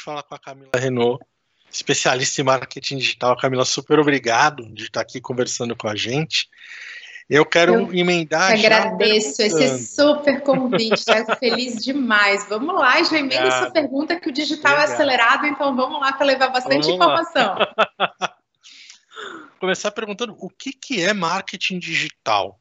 gente fala com a Camila Renault, especialista em marketing digital. Camila, super obrigado de estar aqui conversando com a gente. Eu quero emendar já agradeço esse super convite, estou feliz demais. Vamos lá, já emenda essa pergunta que o digital é acelerado, então vamos lá para levar bastante informação. Começar perguntando o que é marketing digital?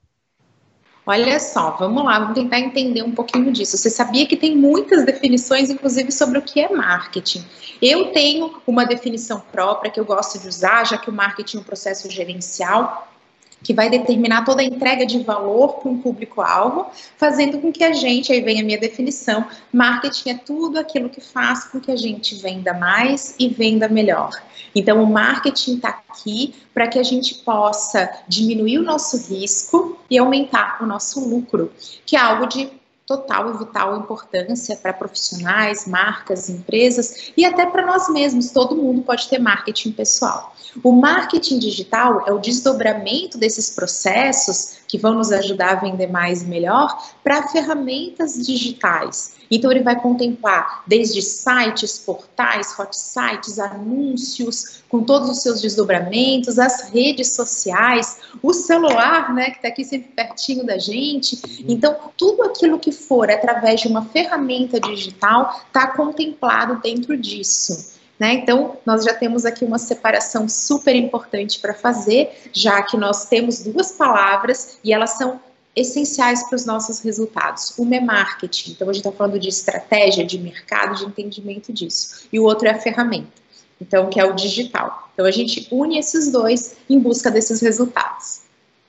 Olha só, vamos lá, vamos tentar entender um pouquinho disso. Você sabia que tem muitas definições, inclusive, sobre o que é marketing? Eu tenho uma definição própria que eu gosto de usar, já que o marketing é um processo gerencial que vai determinar toda a entrega de valor para um público-alvo, fazendo com que a gente, aí vem a minha definição, marketing é tudo aquilo que faz com que a gente venda mais e venda melhor. Então, o marketing está aqui para que a gente possa diminuir o nosso risco e aumentar o nosso lucro, que é algo de total e vital importância para profissionais, marcas, empresas e até para nós mesmos. Todo mundo pode ter marketing pessoal. O marketing digital é o desdobramento desses processos que vão nos ajudar a vender mais e melhor para ferramentas digitais. Então, ele vai contemplar desde sites, portais, hot sites, anúncios, com todos os seus desdobramentos, as redes sociais, o celular, né, que está aqui sempre pertinho da gente. Então, tudo aquilo que for através de uma ferramenta digital está contemplado dentro disso. Né? Então, nós já temos aqui uma separação super importante para fazer, já que nós temos duas palavras e elas são essenciais para os nossos resultados. Uma é marketing, então a gente está falando de estratégia, de mercado, de entendimento disso. E o outro é a ferramenta, então, que é o digital. Então, a gente une esses dois em busca desses resultados.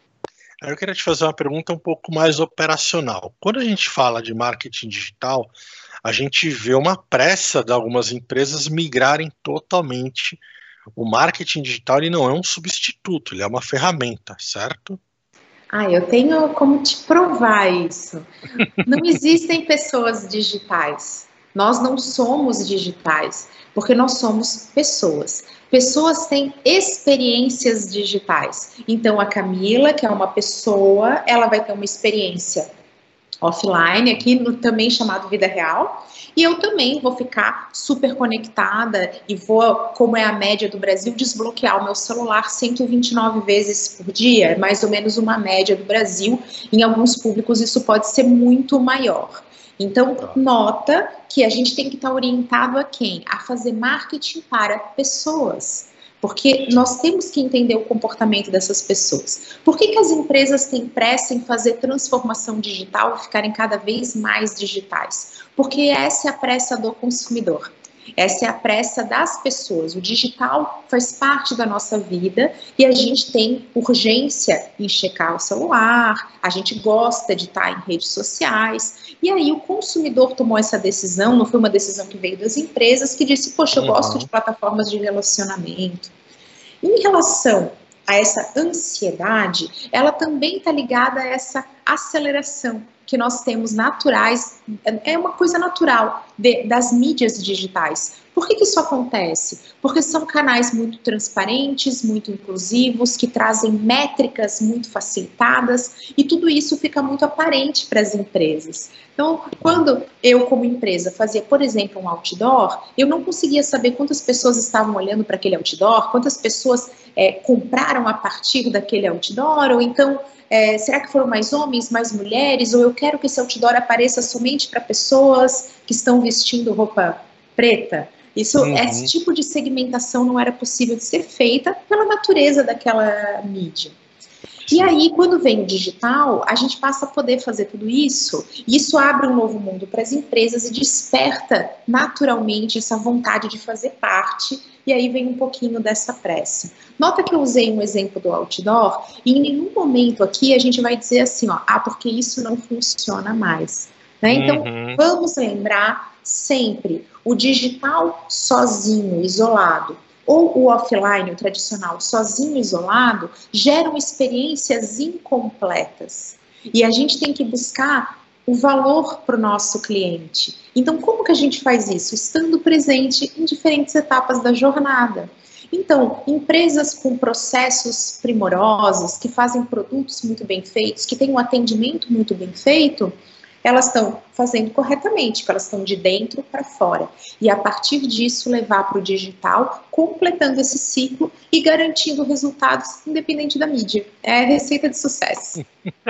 Eu queria te fazer uma pergunta um pouco mais operacional. Quando a gente fala de marketing digital, a gente vê uma pressa de algumas empresas migrarem totalmente. O marketing digital ele não é um substituto, ele é uma ferramenta, certo? Eu tenho como te provar isso. Não existem pessoas digitais. Nós não somos digitais, porque nós somos pessoas. Pessoas têm experiências digitais. Então, a Camila, que é uma pessoa, ela vai ter uma experiência offline, aqui também chamado vida real, e eu também vou ficar super conectada e vou, como é a média do Brasil, desbloquear o meu celular 129 vezes por dia, é mais ou menos uma média do Brasil. Em alguns públicos isso pode ser muito maior. Então, nota que a gente tem que estar orientado a quem? A fazer marketing para pessoas. Porque nós temos que entender o comportamento dessas pessoas. Por que as empresas têm pressa em fazer transformação digital e ficarem cada vez mais digitais? Porque essa é a pressa do consumidor. Essa é a pressa das pessoas. O digital faz parte da nossa vida e a gente tem urgência em checar o celular, a gente gosta de estar em redes sociais. E aí o consumidor tomou essa decisão, não foi uma decisão que veio das empresas, que disse, poxa, eu gosto de plataformas de relacionamento. Em relação a essa ansiedade, ela também está ligada a essa aceleração que nós temos naturais, é uma coisa natural das mídias digitais. Por que isso acontece? Porque são canais muito transparentes, muito inclusivos, que trazem métricas muito facilitadas e tudo isso fica muito aparente para as empresas. Então, quando eu, como empresa, fazia, por exemplo, um outdoor, eu não conseguia saber quantas pessoas estavam olhando para aquele outdoor, quantas pessoas compraram a partir daquele outdoor, ou então, será que foram mais homens, mais mulheres, ou eu quero que esse outdoor apareça somente para pessoas que estão vestindo roupa preta? Esse tipo de segmentação não era possível de ser feita pela natureza daquela mídia. E aí, quando vem o digital, a gente passa a poder fazer tudo isso, e isso abre um novo mundo para as empresas e desperta naturalmente essa vontade de fazer parte, e aí vem um pouquinho dessa pressa. Nota que eu usei um exemplo do outdoor, e em nenhum momento aqui a gente vai dizer assim, porque isso não funciona mais. Né? Então, vamos lembrar sempre, o digital sozinho, isolado, ou o offline, o tradicional, sozinho, isolado, geram experiências incompletas. E a gente tem que buscar o valor para o nosso cliente. Então, como que a gente faz isso? Estando presente em diferentes etapas da jornada. Então, empresas com processos primorosos, que fazem produtos muito bem feitos, que têm um atendimento muito bem feito, elas estão fazendo corretamente, porque elas estão de dentro para fora. E a partir disso levar para o digital, completando esse ciclo e garantindo resultados independente da mídia. É a receita de sucesso.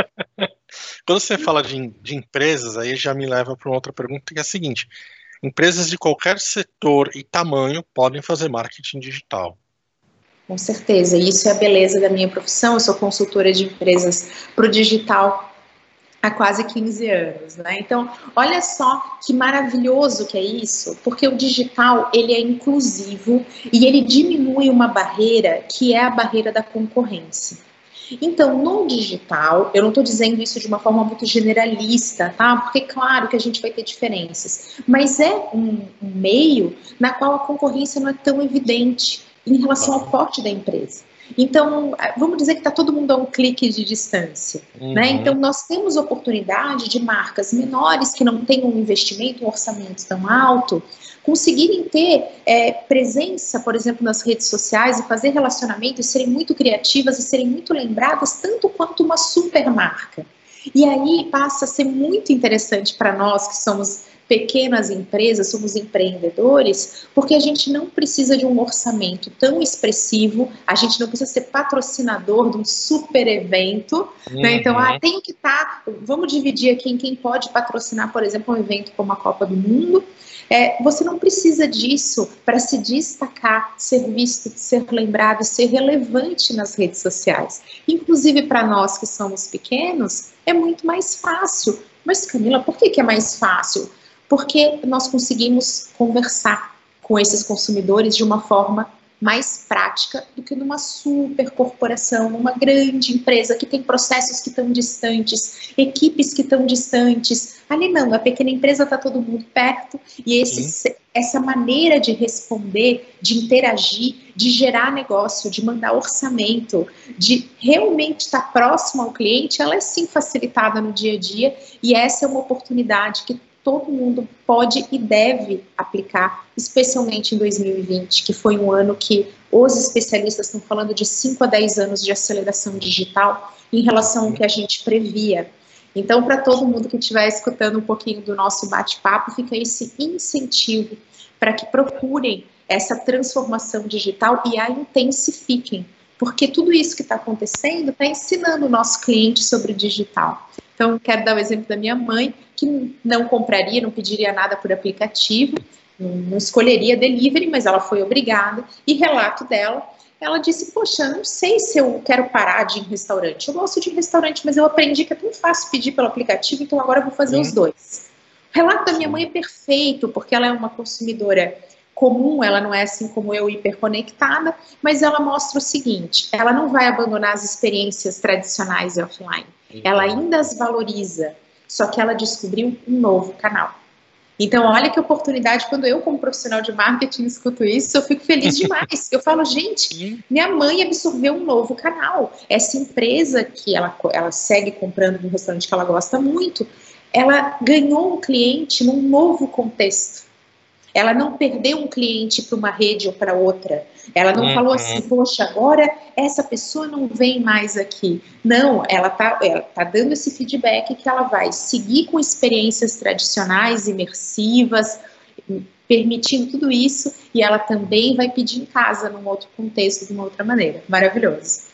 Quando você fala de empresas, aí já me leva para uma outra pergunta, que é a seguinte: empresas de qualquer setor e tamanho podem fazer marketing digital. Com certeza, e isso é a beleza da minha profissão. Eu sou consultora de empresas para o digital há quase 15 anos, né? Então, olha só que maravilhoso que é isso, porque o digital, ele é inclusivo e ele diminui uma barreira que é a barreira da concorrência. Então, no digital, eu não estou dizendo isso de uma forma muito generalista, tá? Porque, claro, que a gente vai ter diferenças, mas é um meio na qual a concorrência não é tão evidente em relação ao porte da empresa. Então, vamos dizer que está todo mundo a um clique de distância, né? Então, nós temos oportunidade de marcas menores que não têm um investimento, um orçamento tão alto, conseguirem ter presença, por exemplo, nas redes sociais e fazer relacionamento e serem muito criativas e serem muito lembradas, tanto quanto uma super marca. E aí passa a ser muito interessante para nós que somos pequenas empresas, somos empreendedores, porque a gente não precisa de um orçamento tão expressivo, a gente não precisa ser patrocinador de um super evento, né? Então, tem que estar, vamos dividir aqui em quem pode patrocinar, por exemplo, um evento como a Copa do Mundo. Você não precisa disso para se destacar, ser visto, ser lembrado, ser relevante nas redes sociais. Inclusive, para nós que somos pequenos, é muito mais fácil. Mas, Camila, por que é mais fácil? Porque nós conseguimos conversar com esses consumidores de uma forma mais prática do que numa super corporação, numa grande empresa que tem processos que estão distantes, equipes que estão distantes. Ali não, a pequena empresa está todo mundo perto e essa maneira de responder, de interagir, de gerar negócio, de mandar orçamento, de realmente estar próximo ao cliente, ela é sim facilitada no dia a dia e essa é uma oportunidade que todo mundo pode e deve aplicar, especialmente em 2020, que foi um ano que os especialistas estão falando de 5 a 10 anos de aceleração digital em relação ao que a gente previa. Então, para todo mundo que estiver escutando um pouquinho do nosso bate-papo, fica esse incentivo para que procurem essa transformação digital e a intensifiquem, porque tudo isso que está acontecendo está ensinando o nosso cliente sobre o digital. Então, quero dar o exemplo da minha mãe, que não compraria, não pediria nada por aplicativo, não escolheria delivery, mas ela foi obrigada. E relato dela, ela disse, poxa, não sei se eu quero parar de ir em restaurante. Eu gosto de ir em restaurante, mas eu aprendi que é tão fácil pedir pelo aplicativo, então agora eu vou fazer os dois. O relato da minha mãe é perfeito, porque ela é uma consumidora comum, ela não é assim como eu, hiperconectada, mas ela mostra o seguinte, ela não vai abandonar as experiências tradicionais e offline, ela ainda as valoriza, só que ela descobriu um novo canal. Então, olha que oportunidade, quando eu, como profissional de marketing, escuto isso, eu fico feliz demais. Eu falo, gente, minha mãe absorveu um novo canal. Essa empresa que ela segue comprando num restaurante que ela gosta muito, ela ganhou um cliente num novo contexto. Ela não perdeu um cliente para uma rede ou para outra. Ela não falou assim, poxa, agora essa pessoa não vem mais aqui. Não, ela tá dando esse feedback que ela vai seguir com experiências tradicionais, imersivas, permitindo tudo isso, e ela também vai pedir em casa, num outro contexto, de uma outra maneira. Maravilhoso.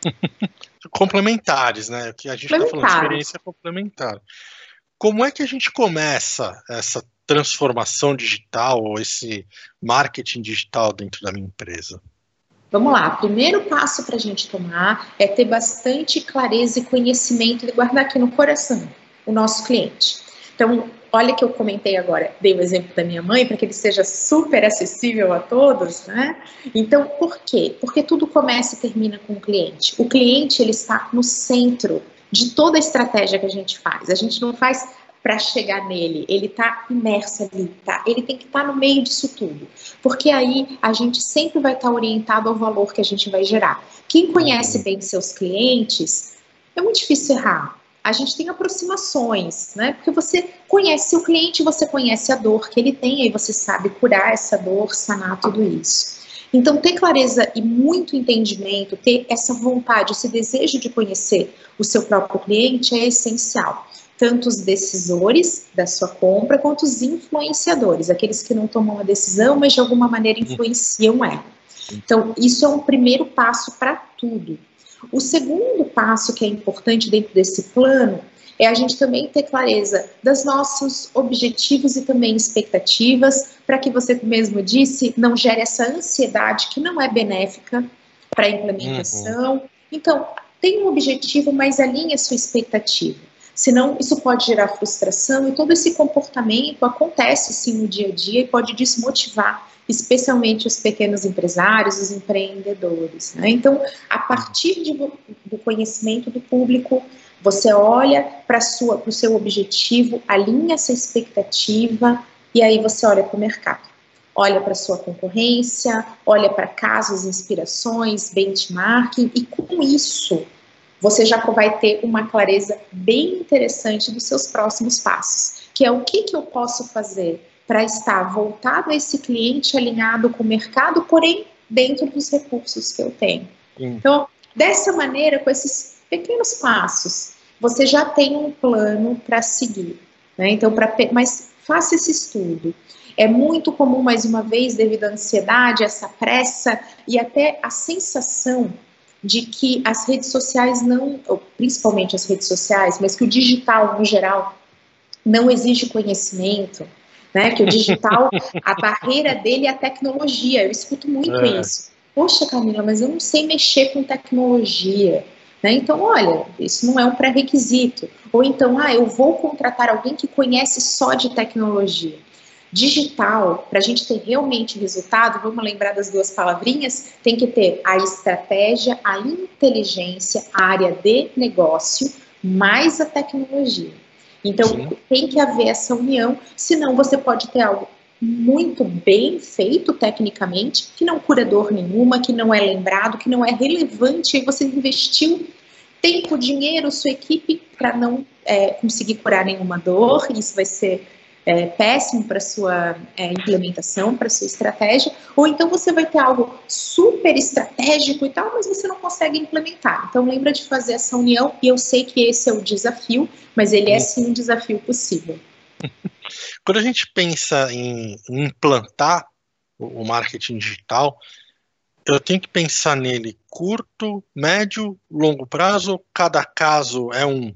Complementares, né? O que a gente está falando de experiência complementar. Como é que a gente começa essa transformação digital ou esse marketing digital dentro da minha empresa? Vamos lá, o primeiro passo para a gente tomar é ter bastante clareza e conhecimento de guardar aqui no coração o nosso cliente. Então, olha que eu comentei agora, dei o exemplo da minha mãe para que ele seja super acessível a todos, né? Então, por quê? Porque tudo começa e termina com o cliente. O cliente, ele está no centro de toda a estratégia que a gente faz. A gente não faz para chegar nele, ele está imerso ali, tá? Ele tem que estar no meio disso tudo, porque aí a gente sempre vai estar orientado ao valor que a gente vai gerar. Quem conhece bem seus clientes, é muito difícil errar. A gente tem aproximações, né? Porque você conhece o cliente, você conhece a dor que ele tem, aí você sabe curar essa dor, sanar tudo isso. Então, ter clareza e muito entendimento, ter essa vontade, esse desejo de conhecer o seu próprio cliente é essencial. tanto os decisores da sua compra, quanto os influenciadores, aqueles que não tomam a decisão, mas de alguma maneira influenciam ela. Então, isso é um primeiro passo para tudo. O segundo passo que é importante dentro desse plano é a gente também ter clareza dos nossos objetivos e também expectativas, para que você mesmo disse, não gere essa ansiedade que não é benéfica para a implementação. Então, tem um objetivo, mas alinhe a sua expectativa. Senão, isso pode gerar frustração e todo esse comportamento acontece sim no dia a dia e pode desmotivar, especialmente os pequenos empresários, os empreendedores, né? Então, a partir do conhecimento do público, você olha para o seu objetivo, alinha essa expectativa e aí você olha para o mercado. Olha para a sua concorrência, olha para casos, inspirações, benchmarking e com isso você já vai ter uma clareza bem interessante dos seus próximos passos, que é o que eu posso fazer para estar voltado a esse cliente alinhado com o mercado, porém dentro dos recursos que eu tenho. Então, dessa maneira, com esses pequenos passos, você já tem um plano para seguir, né? Então, mas faça esse estudo. É muito comum, mais uma vez, devido à ansiedade, essa pressa e até a sensação de que as redes sociais não, principalmente as redes sociais, mas que o digital, no geral, não exige conhecimento, né? Que o digital, a barreira dele é a tecnologia. Eu escuto muito isso. Poxa, Camila, mas eu não sei mexer com tecnologia. Né? Então, olha, isso não é um pré-requisito. Ou então, eu vou contratar alguém que conhece só de tecnologia. Digital, para a gente ter realmente resultado, vamos lembrar das duas palavrinhas, tem que ter a estratégia, a inteligência, a área de negócio, mais a tecnologia. Então, tem que haver essa união, senão você pode ter algo muito bem feito tecnicamente, que não cura dor nenhuma, que não é lembrado, que não é relevante, e você investiu tempo, dinheiro, sua equipe para não conseguir curar nenhuma dor, isso vai ser péssimo para sua implementação, para sua estratégia, ou então você vai ter algo super estratégico e tal, mas você não consegue implementar. Então lembra de fazer essa união, e eu sei que esse é o desafio, mas ele é sim um desafio possível. Quando a gente pensa em implantar o marketing digital, eu tenho que pensar nele curto, médio, longo prazo, cada caso é um?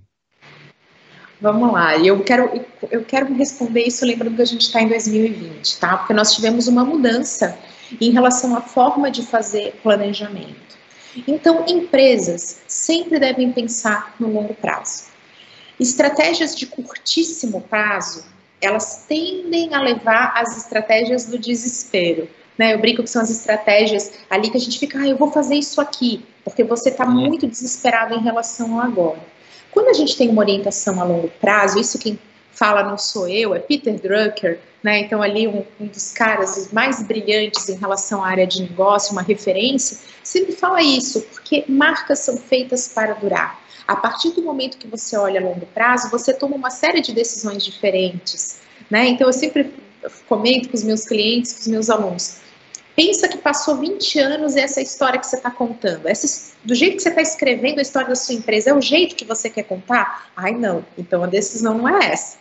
Vamos lá, eu quero responder isso lembrando que a gente está em 2020, tá? Porque nós tivemos uma mudança em relação à forma de fazer planejamento. Então, empresas sempre devem pensar no longo prazo. Estratégias de curtíssimo prazo, elas tendem a levar às estratégias do desespero, né? Eu brinco que são as estratégias ali que a gente fica, eu vou fazer isso aqui, porque você está muito desesperado em relação ao agora. Quando a gente tem uma orientação a longo prazo, isso quem fala não sou eu, é Peter Drucker, né? Então ali um dos caras mais brilhantes em relação à área de negócio, uma referência, sempre fala isso, porque marcas são feitas para durar. A partir do momento que você olha a longo prazo, você toma uma série de decisões diferentes, né? Então eu sempre comento com os meus clientes, com os meus alunos, pensa que passou 20 anos e essa história que você está contando, do jeito que você está escrevendo a história da sua empresa, é o jeito que você quer contar? Ai, não, então a decisão não é essa.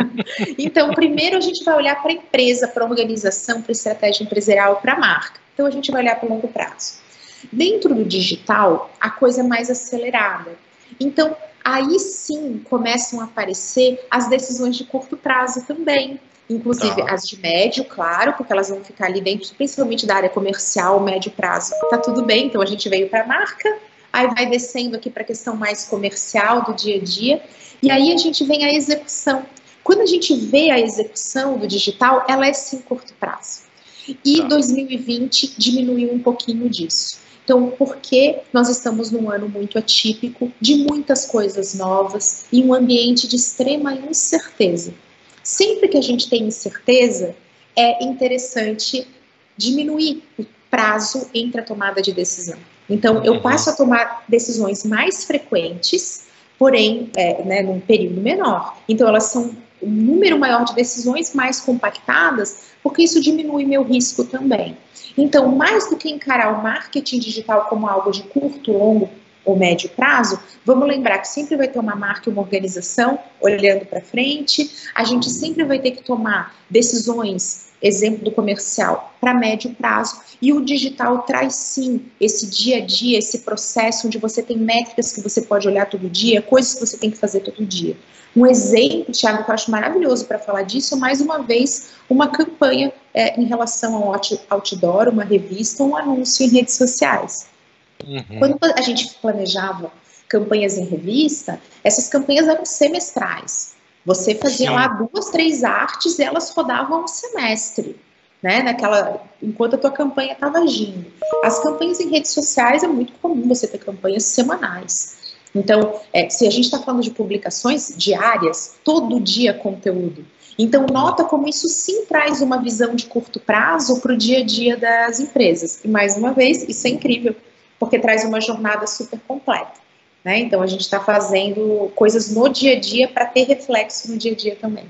Então, primeiro a gente vai olhar para a empresa, para a organização, para a estratégia empresarial, para a marca. Então, a gente vai olhar para o longo prazo. Dentro do digital, a coisa é mais acelerada. Então, aí sim começam a aparecer as decisões de curto prazo também. Inclusive as de médio, claro, porque elas vão ficar ali dentro, principalmente da área comercial, médio prazo. Tá tudo bem, então a gente veio para a marca, aí vai descendo aqui para a questão mais comercial do dia a dia, e aí a gente vem à execução. Quando a gente vê a execução do digital, ela é sim curto prazo. E 2020 diminuiu um pouquinho disso. Então, porque nós estamos num ano muito atípico, de muitas coisas novas, e um ambiente de extrema incerteza. Sempre que a gente tem incerteza, é interessante diminuir o prazo entre a tomada de decisão. Então, eu passo a tomar decisões mais frequentes, porém, num período menor. Então, elas são um número maior de decisões mais compactadas, porque isso diminui meu risco também. Então, mais do que encarar o marketing digital como algo de curto, longo ou médio prazo, vamos lembrar que sempre vai ter uma marca e uma organização olhando para frente, a gente sempre vai ter que tomar decisões, exemplo do comercial, para médio prazo, e o digital traz sim esse dia a dia, esse processo onde você tem métricas que você pode olhar todo dia, coisas que você tem que fazer todo dia. Um exemplo, Thiago, que eu acho maravilhoso para falar disso, é mais uma vez uma campanha em relação ao outdoor, uma revista, um anúncio em redes sociais. Quando a gente planejava campanhas em revista, essas campanhas eram semestrais. Você fazia lá 2, 3 artes e elas rodavam um semestre, né? Enquanto a tua campanha estava agindo. As campanhas em redes sociais é muito comum você ter campanhas semanais. Então, se a gente está falando de publicações diárias, todo dia conteúdo. Então, nota como isso sim traz uma visão de curto prazo para o dia a dia das empresas. E, mais uma vez, isso é incrível, porque traz uma jornada super completa. Né? Então, a gente está fazendo coisas no dia a dia para ter reflexo no dia a dia também.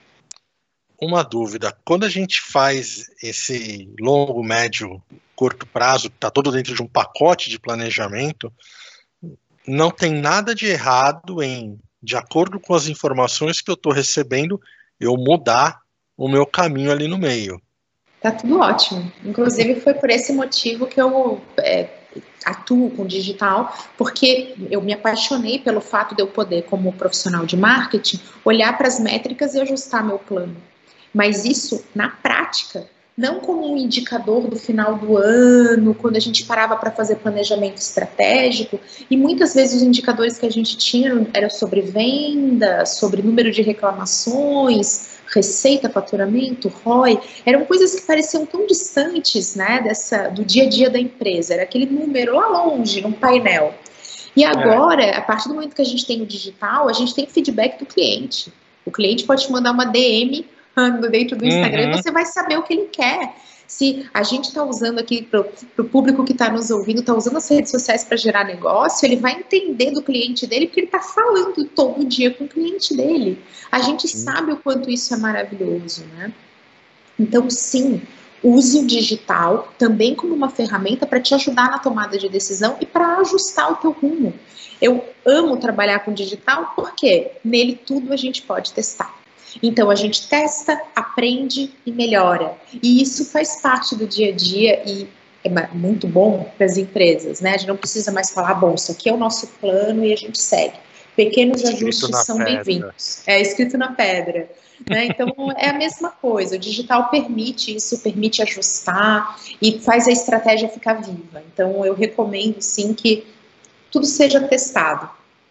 Uma dúvida, quando a gente faz esse longo, médio, curto prazo, que está todo dentro de um pacote de planejamento, não tem nada de errado em, de acordo com as informações que eu estou recebendo, eu mudar o meu caminho ali no meio. Tá tudo ótimo. Inclusive, foi por esse motivo que eu atuo com digital, porque eu me apaixonei pelo fato de eu poder, como profissional de marketing, olhar para as métricas e ajustar meu plano. Mas isso, na prática, não como um indicador do final do ano, quando a gente parava para fazer planejamento estratégico, e muitas vezes os indicadores que a gente tinha eram sobre venda, sobre número de reclamações, receita, faturamento, ROI, eram coisas que pareciam tão distantes, né, do dia a dia da empresa, era aquele número lá longe, num painel. E agora, a partir do momento que a gente tem o digital, a gente tem feedback do cliente. O cliente pode te mandar uma DM dentro do Instagram e você vai saber o que ele quer. Se a gente está usando aqui, para o público que está nos ouvindo, está usando as redes sociais para gerar negócio, ele vai entender do cliente dele, porque ele está falando todo dia com o cliente dele. A gente sabe o quanto isso é maravilhoso, né? Então, sim, use o digital também como uma ferramenta para te ajudar na tomada de decisão e para ajustar o teu rumo. Eu amo trabalhar com digital porque nele tudo a gente pode testar. Então, a gente testa, aprende e melhora. E isso faz parte do dia a dia e é muito bom para as empresas, né? A gente não precisa mais falar, bom, isso aqui é o nosso plano e a gente segue. Pequenos ajustes são bem-vindos. É escrito na pedra. Né? Então, é a mesma coisa. O digital permite isso, permite ajustar e faz a estratégia ficar viva. Então, eu recomendo, sim, que tudo seja testado.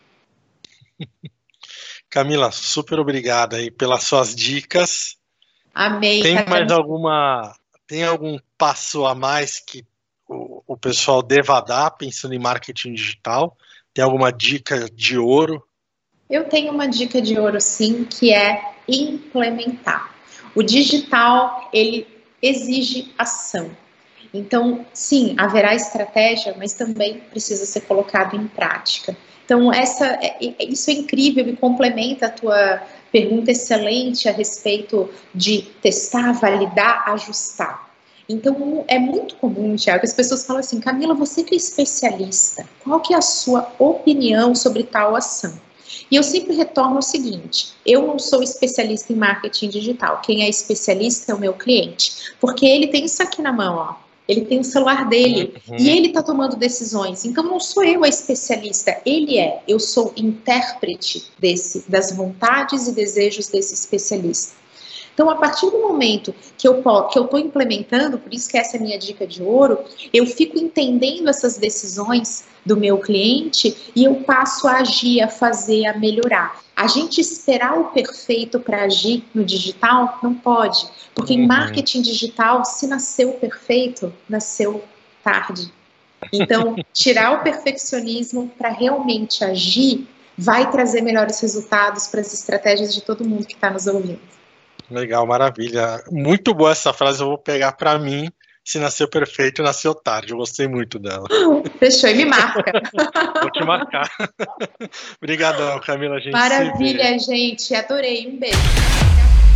Camila, super obrigada aí pelas suas dicas. Amei. Tem algum passo a mais que o pessoal deva dar pensando em marketing digital? Tem alguma dica de ouro? Eu tenho uma dica de ouro, sim, que é implementar. O digital, ele exige ação. Então, sim, haverá estratégia, mas também precisa ser colocado em prática. Então, isso é incrível e complementa a tua pergunta excelente a respeito de testar, validar, ajustar. Então, é muito comum, Thiago, que as pessoas falam assim, Camila, você que é especialista, qual que é a sua opinião sobre tal ação? E eu sempre retorno o seguinte, eu não sou especialista em marketing digital, quem é especialista é o meu cliente, porque ele tem isso aqui na mão, ó. Ele tem o celular dele e ele está tomando decisões. Então, não sou eu a especialista, ele é. Eu sou intérprete das vontades e desejos desse especialista. Então, a partir do momento que eu estou implementando, por isso que essa é a minha dica de ouro, eu fico entendendo essas decisões do meu cliente e eu passo a agir, a fazer, a melhorar. A gente esperar o perfeito para agir no digital não pode, porque em marketing digital, se nasceu perfeito, nasceu tarde. Então, tirar o perfeccionismo para realmente agir vai trazer melhores resultados para as estratégias de todo mundo que está nos ouvindo. Legal, maravilha. Muito boa essa frase, eu vou pegar para mim. Se nasceu perfeito, nasceu tarde. Eu gostei muito dela. Fechou, e me marca. Vou te marcar. Obrigadão, Camila. A gente Maravilha, gente. Adorei. Um beijo.